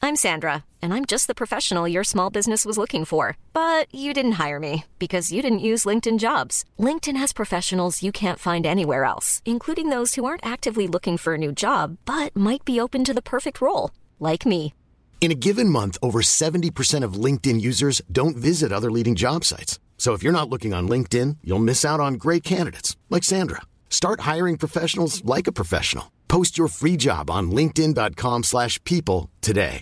I'm Sandra, and I'm just the professional your small business was looking for. But you didn't hire me because you didn't use LinkedIn Jobs. LinkedIn has professionals you can't find anywhere else, including those who aren't actively looking for a new job, but might be open to the perfect role, like me. In a given month, over 70% of LinkedIn users don't visit other leading job sites. So if you're not looking on LinkedIn, you'll miss out on great candidates like Sandra. Start hiring professionals like a professional. Post your free job on linkedin.com/people today.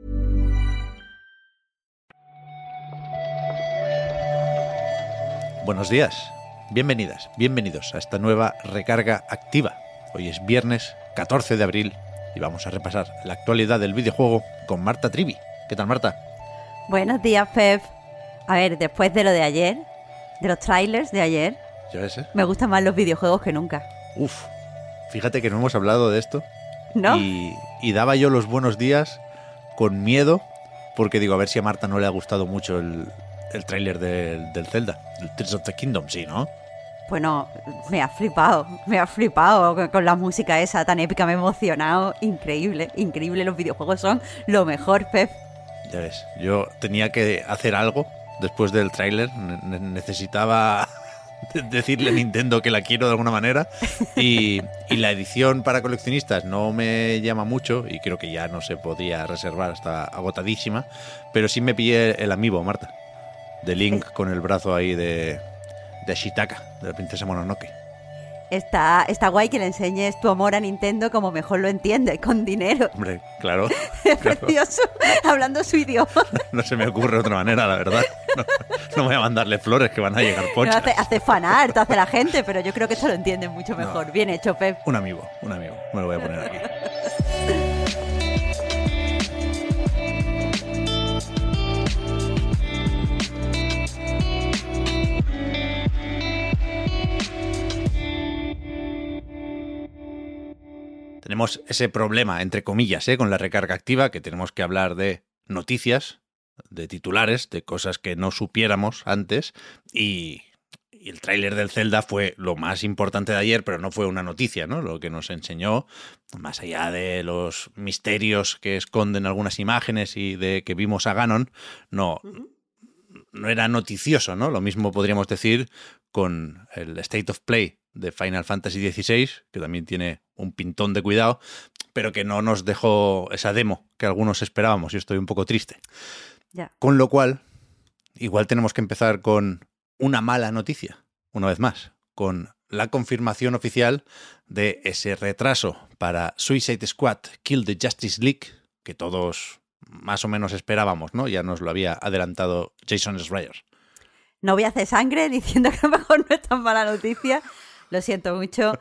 Buenos días, bienvenidas, bienvenidos a esta nueva recarga activa. Hoy es viernes 14 de abril y vamos a repasar la actualidad del videojuego con Marta Trivi. ¿Qué tal, Marta? Buenos días, Pep. A ver, después de lo de ayer, de los trailers de ayer, ¿Ya ves, me gustan más los videojuegos que nunca. Uf, fíjate que no hemos hablado de esto. ¿No? Y daba yo los buenos días con miedo, porque digo, a ver si a Marta no le ha gustado mucho el tráiler del Zelda, el Tears of the Kingdom, sí, ¿no? Bueno, me ha flipado con la música esa tan épica, me ha emocionado. Increíble, increíble, los videojuegos son lo mejor, Pep. Ya ves, yo tenía que hacer algo después del tráiler, necesitaba decirle a Nintendo que la quiero de alguna manera y la edición para coleccionistas no me llama mucho y creo que ya no se podía reservar, está agotadísima, pero sí me pillé el amiibo, Marta, de Link con el brazo ahí de Ashitaka, de la princesa Mononoke. Está guay que le enseñes tu amor a Nintendo como mejor lo entiende, con dinero. Hombre, claro. Es claro. precioso, hablando su idioma. No se me ocurre otra manera, la verdad. No voy a mandarle flores que van a llegar No, pochas. hace fanart, hace la gente, pero yo creo que esto lo entienden mucho mejor. No. Bien hecho, Pep. Un amigo. Me lo voy a poner aquí. Tenemos ese problema, entre comillas, con la recarga activa, que tenemos que hablar de noticias, de titulares, de cosas que no supiéramos antes, y el tráiler del Zelda fue lo más importante de ayer, pero no fue una noticia, ¿no? Lo que nos enseñó, más allá de los misterios que esconden algunas imágenes y de que vimos a Ganon, no era noticioso, ¿no? Lo mismo podríamos decir con el State of Play de Final Fantasy XVI, que también tiene un pintón de cuidado, pero que no nos dejó esa demo que algunos esperábamos, y estoy un poco triste. Ya. Con lo cual, igual tenemos que empezar con una mala noticia, una vez más, con la confirmación oficial de ese retraso para Suicide Squad Kill the Justice League, que todos más o menos esperábamos, ¿no? Ya nos lo había adelantado Jason Schreier. No voy a hacer sangre diciendo que a lo mejor no es tan mala noticia. Lo siento mucho.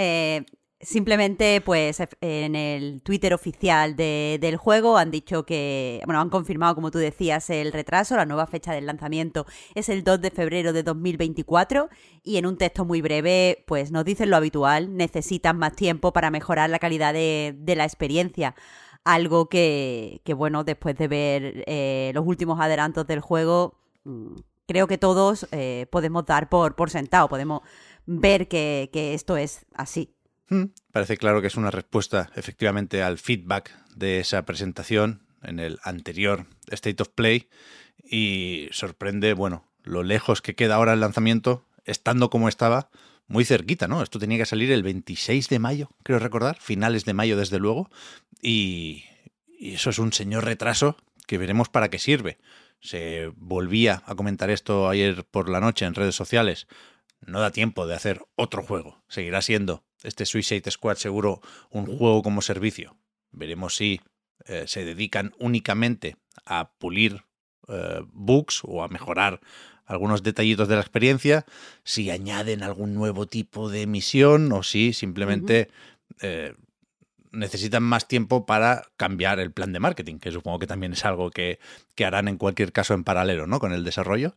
Simplemente, pues, en el Twitter oficial del juego han dicho que, bueno, han confirmado, como tú decías, el retraso. La nueva fecha del lanzamiento es el 2 de febrero de 2024 y en un texto muy breve, pues, nos dicen lo habitual. Necesitan más tiempo para mejorar la calidad de la experiencia. Algo que, bueno, después de ver los últimos adelantos del juego, creo que todos podemos dar por sentado, podemos ver que esto es así. Parece claro que es una respuesta efectivamente al feedback de esa presentación en el anterior State of Play y sorprende, bueno, lo lejos que queda ahora el lanzamiento, estando como estaba, muy cerquita, ¿no? Esto tenía que salir el 26 de mayo, creo recordar, finales de mayo desde luego, y eso es un señor retraso que veremos para qué sirve. Se volvía a comentar esto ayer por la noche en redes sociales. No da tiempo de hacer otro juego. Seguirá siendo este Suicide Squad seguro un juego como servicio. Veremos si se dedican únicamente a pulir bugs o a mejorar algunos detallitos de la experiencia, si añaden algún nuevo tipo de misión o si simplemente necesitan más tiempo para cambiar el plan de marketing, que supongo que también es algo que harán en cualquier caso en paralelo, ¿no? Con el desarrollo.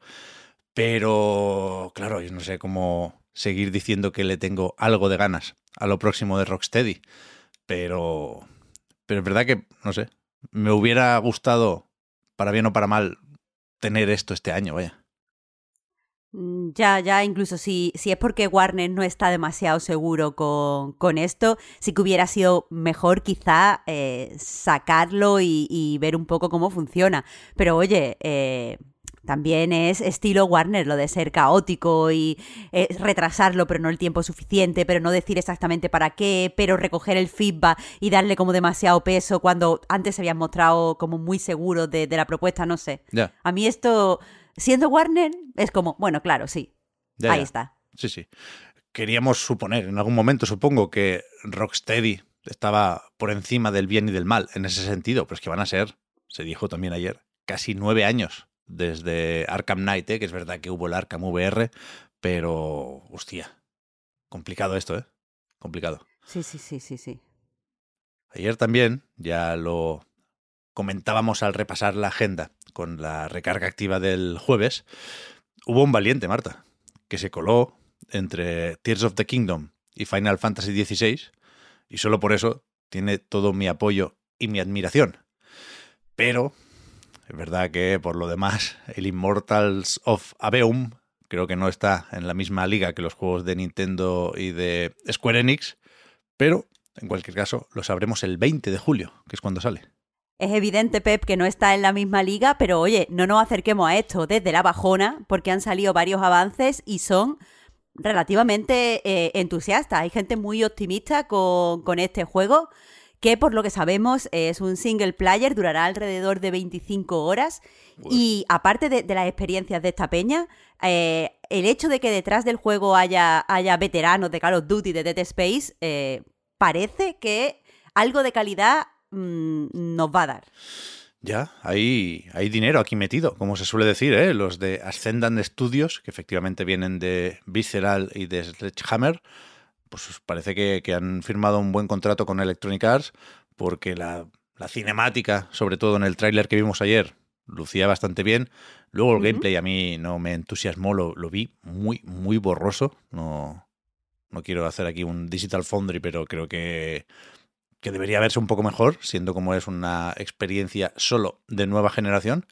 Pero, claro, yo no sé cómo seguir diciendo que le tengo algo de ganas a lo próximo de Rocksteady. Pero es verdad que, no sé, me hubiera gustado, para bien o para mal, tener esto este año, vaya. Ya, incluso si es porque Warner no está demasiado seguro con esto, sí que hubiera sido mejor quizá sacarlo y ver un poco cómo funciona. Pero oye, también es estilo Warner lo de ser caótico y retrasarlo pero no el tiempo suficiente, pero no decir exactamente para qué, pero recoger el feedback y darle como demasiado peso cuando antes se habían mostrado como muy seguros de la propuesta, no sé. Ya. A mí esto... Siendo Warner, es como, bueno, claro, sí, Ya. ahí está. Sí. Queríamos suponer, en algún momento supongo, que Rocksteady estaba por encima del bien y del mal en ese sentido, pero es que van a ser, se dijo también ayer, casi 9 años desde Arkham Knight, que es verdad que hubo el Arkham VR, pero, hostia, complicado esto, ¿eh? Complicado. Sí. Ayer también, ya lo comentábamos al repasar la agenda con la recarga activa del jueves, hubo un valiente, Marta, que se coló entre Tears of the Kingdom y Final Fantasy XVI, y solo por eso tiene todo mi apoyo y mi admiración. Pero es verdad que por lo demás el Immortals of Aveum creo que no está en la misma liga que los juegos de Nintendo y de Square Enix, pero en cualquier caso lo sabremos el 20 de julio, que es cuando sale. Es evidente, Pep, que no está en la misma liga, pero oye, no nos acerquemos a esto desde la bajona, porque han salido varios avances y son relativamente entusiastas. Hay gente muy optimista con este juego, que por lo que sabemos es un single player, durará alrededor de 25 horas. Uy. Y aparte de las experiencias de esta peña, el hecho de que detrás del juego haya veteranos de Call of Duty, de Dead Space, parece que algo de calidad nos va a dar. Ya, hay dinero aquí metido, como se suele decir, ¿eh? Los de Ascendant Studios, que efectivamente vienen de Visceral y de Sledgehammer, pues parece que han firmado un buen contrato con Electronic Arts, porque la cinemática, sobre todo en el tráiler que vimos ayer, lucía bastante bien. Luego el gameplay a mí no me entusiasmó, lo vi muy, muy borroso. No quiero hacer aquí un Digital Foundry, pero creo que debería verse un poco mejor, siendo como es una experiencia solo de nueva generación.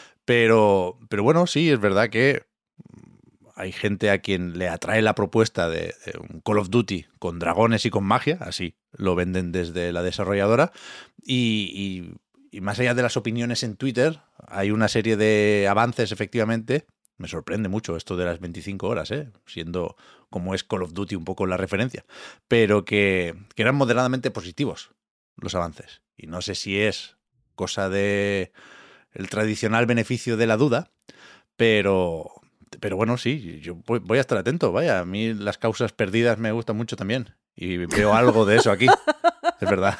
Pero bueno, sí, es verdad que hay gente a quien le atrae la propuesta de un Call of Duty con dragones y con magia, así lo venden desde la desarrolladora, y más allá de las opiniones en Twitter, hay una serie de avances, efectivamente. Me sorprende mucho esto de las 25 horas, siendo como es Call of Duty un poco la referencia, pero que eran moderadamente positivos los avances. Y no sé si es cosa de el tradicional beneficio de la duda, pero bueno, sí, yo voy a estar atento. Vaya, a mí las causas perdidas me gustan mucho también, y veo algo de eso aquí, es verdad.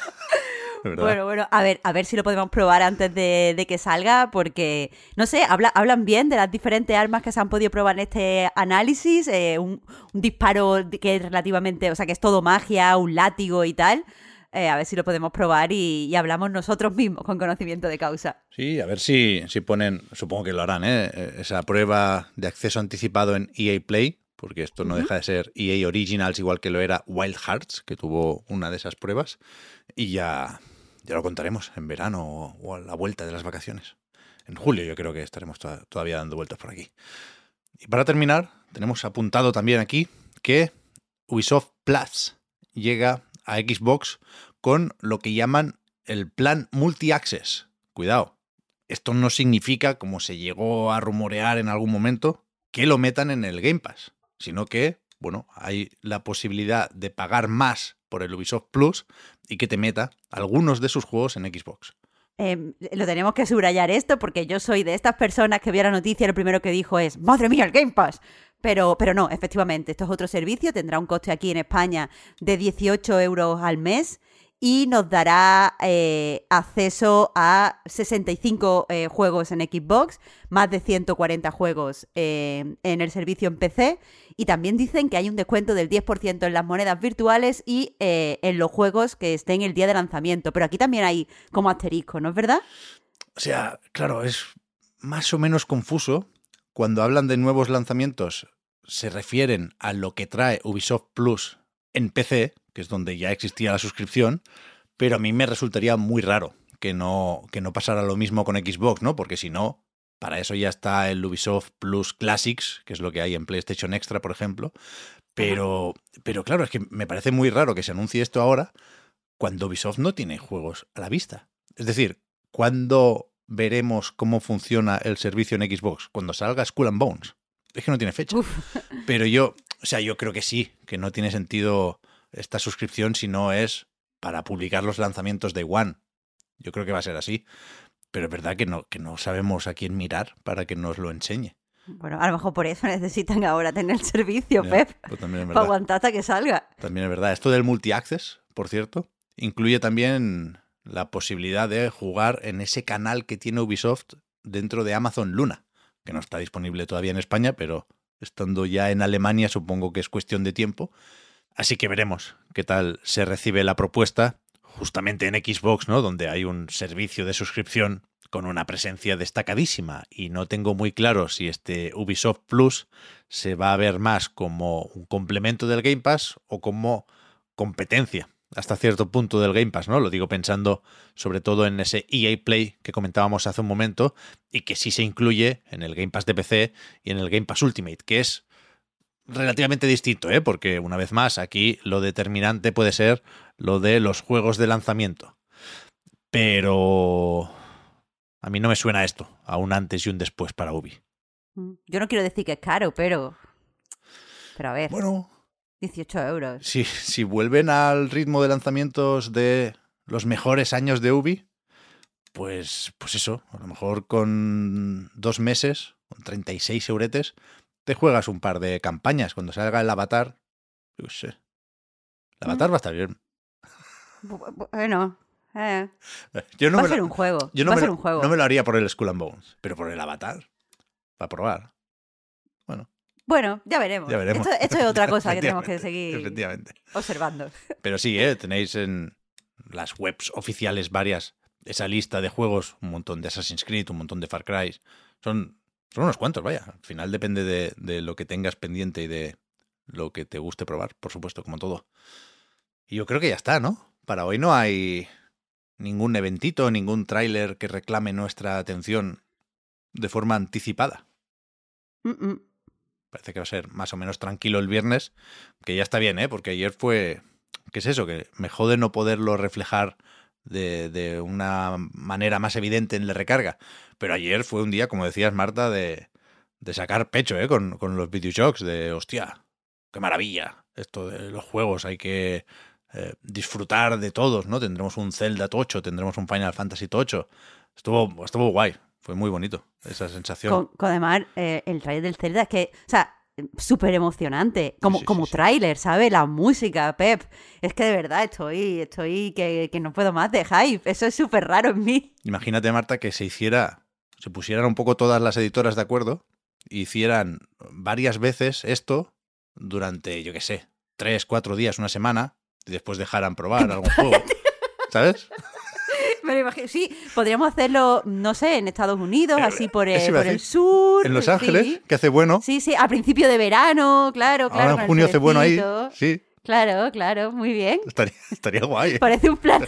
Bueno, a ver si lo podemos probar antes de que salga, porque, no sé, hablan bien de las diferentes armas que se han podido probar en este análisis, un disparo que es relativamente, o sea, que es todo magia, un látigo y tal. A ver si lo podemos probar y hablamos nosotros mismos con conocimiento de causa. Sí, a ver si ponen, supongo que lo harán, esa prueba de acceso anticipado en EA Play, porque esto no deja de ser EA Originals, igual que lo era Wild Hearts, que tuvo una de esas pruebas, y ya lo contaremos en verano o a la vuelta de las vacaciones. En julio yo creo que estaremos todavía dando vueltas por aquí. Y para terminar, tenemos apuntado también aquí que Ubisoft Plus llega a Xbox con lo que llaman el plan multi-access. Cuidado, esto no significa, como se llegó a rumorear en algún momento, que lo metan en el Game Pass, sino que, bueno, hay la posibilidad de pagar más por el Ubisoft Plus y que te meta algunos de sus juegos en Xbox. Lo tenemos que subrayar esto, porque yo soy de estas personas que vio la noticia y lo primero que dijo es ¡madre mía, el Game Pass! Pero no, efectivamente, esto es otro servicio, tendrá un coste aquí en España de 18 euros al mes y nos dará acceso a 65 juegos en Xbox, más de 140 juegos en el servicio en PC, y también dicen que hay un descuento del 10% en las monedas virtuales y en los juegos que estén el día de lanzamiento, pero aquí también hay como asterisco, ¿no es verdad? O sea, claro, es más o menos confuso. Cuando hablan de nuevos lanzamientos, se refieren a lo que trae Ubisoft Plus en PC, que es donde ya existía la suscripción, pero a mí me resultaría muy raro que no pasara lo mismo con Xbox, ¿no? Porque si no, Para eso ya está el Ubisoft Plus Classics, que es lo que hay en PlayStation Extra, por ejemplo. Pero claro, es que me parece muy raro que se anuncie esto ahora cuando Ubisoft no tiene juegos a la vista. Es decir, ¿cuándo veremos cómo funciona el servicio en Xbox? Cuando salga Skull and Bones. Es que no tiene fecha. Pero yo creo que sí, que no tiene sentido esta suscripción si no es para publicar los lanzamientos Day One. Yo creo que va a ser así. Pero es verdad que no sabemos a quién mirar para que nos lo enseñe. Bueno, a lo mejor por eso necesitan ahora tener el servicio, Ya, Pep, pues también es para verdad. aguantar hasta que salga. También es verdad. Esto del multi-access, por cierto, incluye también la posibilidad de jugar en ese canal que tiene Ubisoft dentro de Amazon Luna, que no está disponible todavía en España, pero estando ya en Alemania supongo que es cuestión de tiempo. Así que veremos qué tal se recibe la propuesta justamente en Xbox, ¿no? Donde hay un servicio de suscripción con una presencia destacadísima y no tengo muy claro si este Ubisoft Plus se va a ver más como un complemento del Game Pass o como competencia hasta cierto punto del Game Pass, ¿no? Lo digo pensando sobre todo en ese EA Play que comentábamos hace un momento y que sí se incluye en el Game Pass de PC y en el Game Pass Ultimate, que es relativamente distinto, ¿eh? Porque una vez más aquí lo determinante puede ser lo de los juegos de lanzamiento. Pero a mí no me suena esto, a un antes y un después para Ubi. Yo no quiero decir que es caro, pero a ver, Bueno, 18 euros. si vuelven al ritmo de lanzamientos de los mejores años de Ubi, pues eso, a lo mejor con 2 meses, con 36 euretes, te juegas un par de campañas. Cuando salga el Avatar, yo sé. El Avatar va a estar bien. Bueno, Yo no va me a ser lo- un juego. yo Va a ser un juego. no me lo haría por el Skull and Bones, pero por el Avatar, para probar. Bueno, ya veremos. Ya veremos. Esto es otra cosa que tenemos que seguir Efectivamente. observando. Pero sí, tenéis en las webs oficiales varias esa lista de juegos, un montón de Assassin's Creed, un montón de Far Cry. Son unos cuantos, vaya. Al final depende de lo que tengas pendiente y de lo que te guste probar, por supuesto, como todo. Y yo creo que ya está, ¿no? Para hoy no hay ningún eventito, ningún tráiler que reclame nuestra atención de forma anticipada. Parece que va a ser más o menos tranquilo el viernes, que ya está bien, ¿eh? Porque ayer fue... ¿Qué es eso? Que me jode no poderlo reflejar de una manera más evidente en la recarga. Pero ayer fue un día, como decías, Marta, de sacar pecho, ¿eh? Con los videojuegos, de hostia, qué maravilla esto de los juegos, hay que disfrutar de todos, ¿no? Tendremos un Zelda tocho, tendremos un Final Fantasy tocho. Estuvo guay, fue muy bonito esa sensación. Con además, el tráiler del Zelda es que, o sea, súper emocionante, como Sí. tráiler, ¿sabes? La música, Pep. Es que de verdad estoy que no puedo más de hype. Eso es súper raro en mí. Imagínate, Marta, que se pusieran un poco todas las editoras de acuerdo e hicieran varias veces esto durante, yo qué sé, 3, 4 días, una semana, y después dejaran probar algún juego. ¿Sabes? Me lo imagino. Sí, podríamos hacerlo, no sé, en Estados Unidos, así por eso iba a el decir. sur. En Los Ángeles, que hace bueno. Sí, a principio de verano, claro. Ahora con en el junio hace bueno ahí. solecito. Sí, Claro, muy bien. estaría guay. Parece un plan.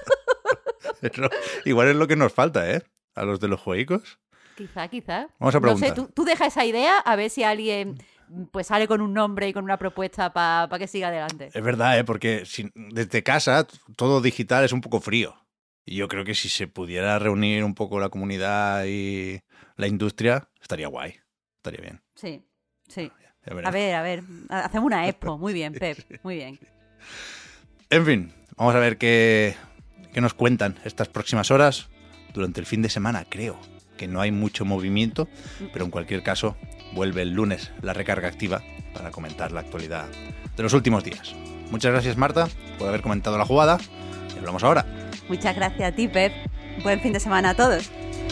Igual es lo que nos falta, ¿eh? A los de los jueguicos. Quizá. Vamos a No sé, preguntar. tú deja esa idea a ver si alguien pues sale con un nombre y con una propuesta para que siga adelante. Es verdad, ¿eh? Porque desde casa todo digital es un poco frío. Y yo creo que si se pudiera reunir un poco la comunidad y la industria, estaría guay. Estaría bien. Sí. Ya veremos. A ver, hacemos una expo. Muy bien, Pep, muy bien. En fin, vamos a ver qué nos cuentan estas próximas horas. Durante el fin de semana creo que no hay mucho movimiento, pero en cualquier caso vuelve el lunes la recarga activa para comentar la actualidad de los últimos días. Muchas gracias, Marta, por haber comentado la jugada. Y hablamos ahora. Muchas gracias a ti, Pep. Buen fin de semana a todos.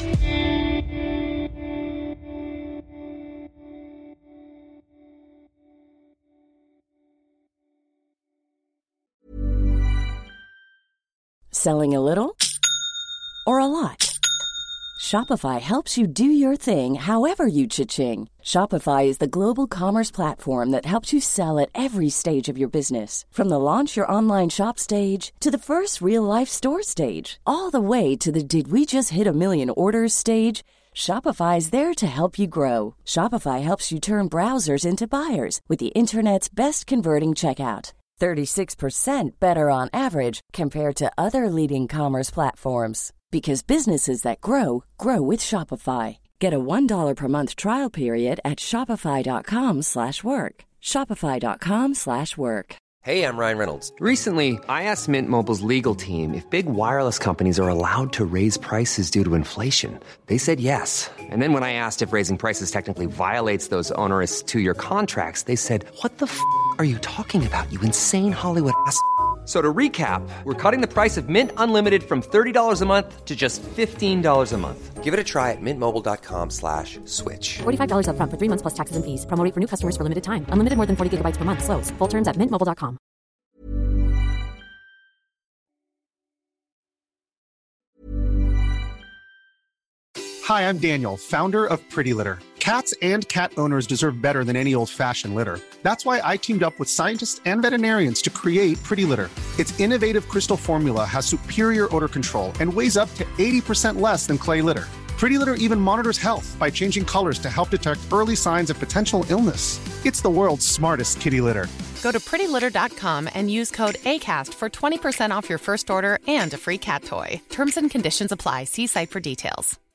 Selling a little or a lot? Shopify helps you do your thing however you cha-ching. Shopify is the global commerce platform that helps you sell at every stage of your business. From the launch your online shop stage to the first real life store stage, all the way to the did we just hit a million orders stage. Shopify's there to help you grow. Shopify helps you turn browsers into buyers with the internet's best converting checkout. 36% better on average compared to other leading commerce platforms. Because businesses that grow, grow with Shopify. Get a $1 per month trial period at shopify.com/work. Shopify.com/work. Hey, I'm Ryan Reynolds. Recently, I asked Mint Mobile's legal team if big wireless companies are allowed to raise prices due to inflation. They said yes. And then when I asked if raising prices technically violates those onerous two-year contracts, they said, "What the f*** are you talking about, you insane Hollywood ass?" So to recap, we're cutting the price of Mint Unlimited from $30 a month to just $15 a month. Give it a try at mintmobile.com/switch. $45 up front for 3 months plus taxes and fees. Promo rate for new customers for limited time. Unlimited more than 40 gigabytes per month. Slows full terms at mintmobile.com. Hi, I'm Daniel, founder of Pretty Litter. Cats and cat owners deserve better than any old-fashioned litter. That's why I teamed up with scientists and veterinarians to create Pretty Litter. Its innovative crystal formula has superior odor control and weighs up to 80% less than clay litter. Pretty Litter even monitors health by changing colors to help detect early signs of potential illness. It's the world's smartest kitty litter. Go to prettylitter.com and use code ACAST for 20% off your first order and a free cat toy. Terms and conditions apply. See site for details.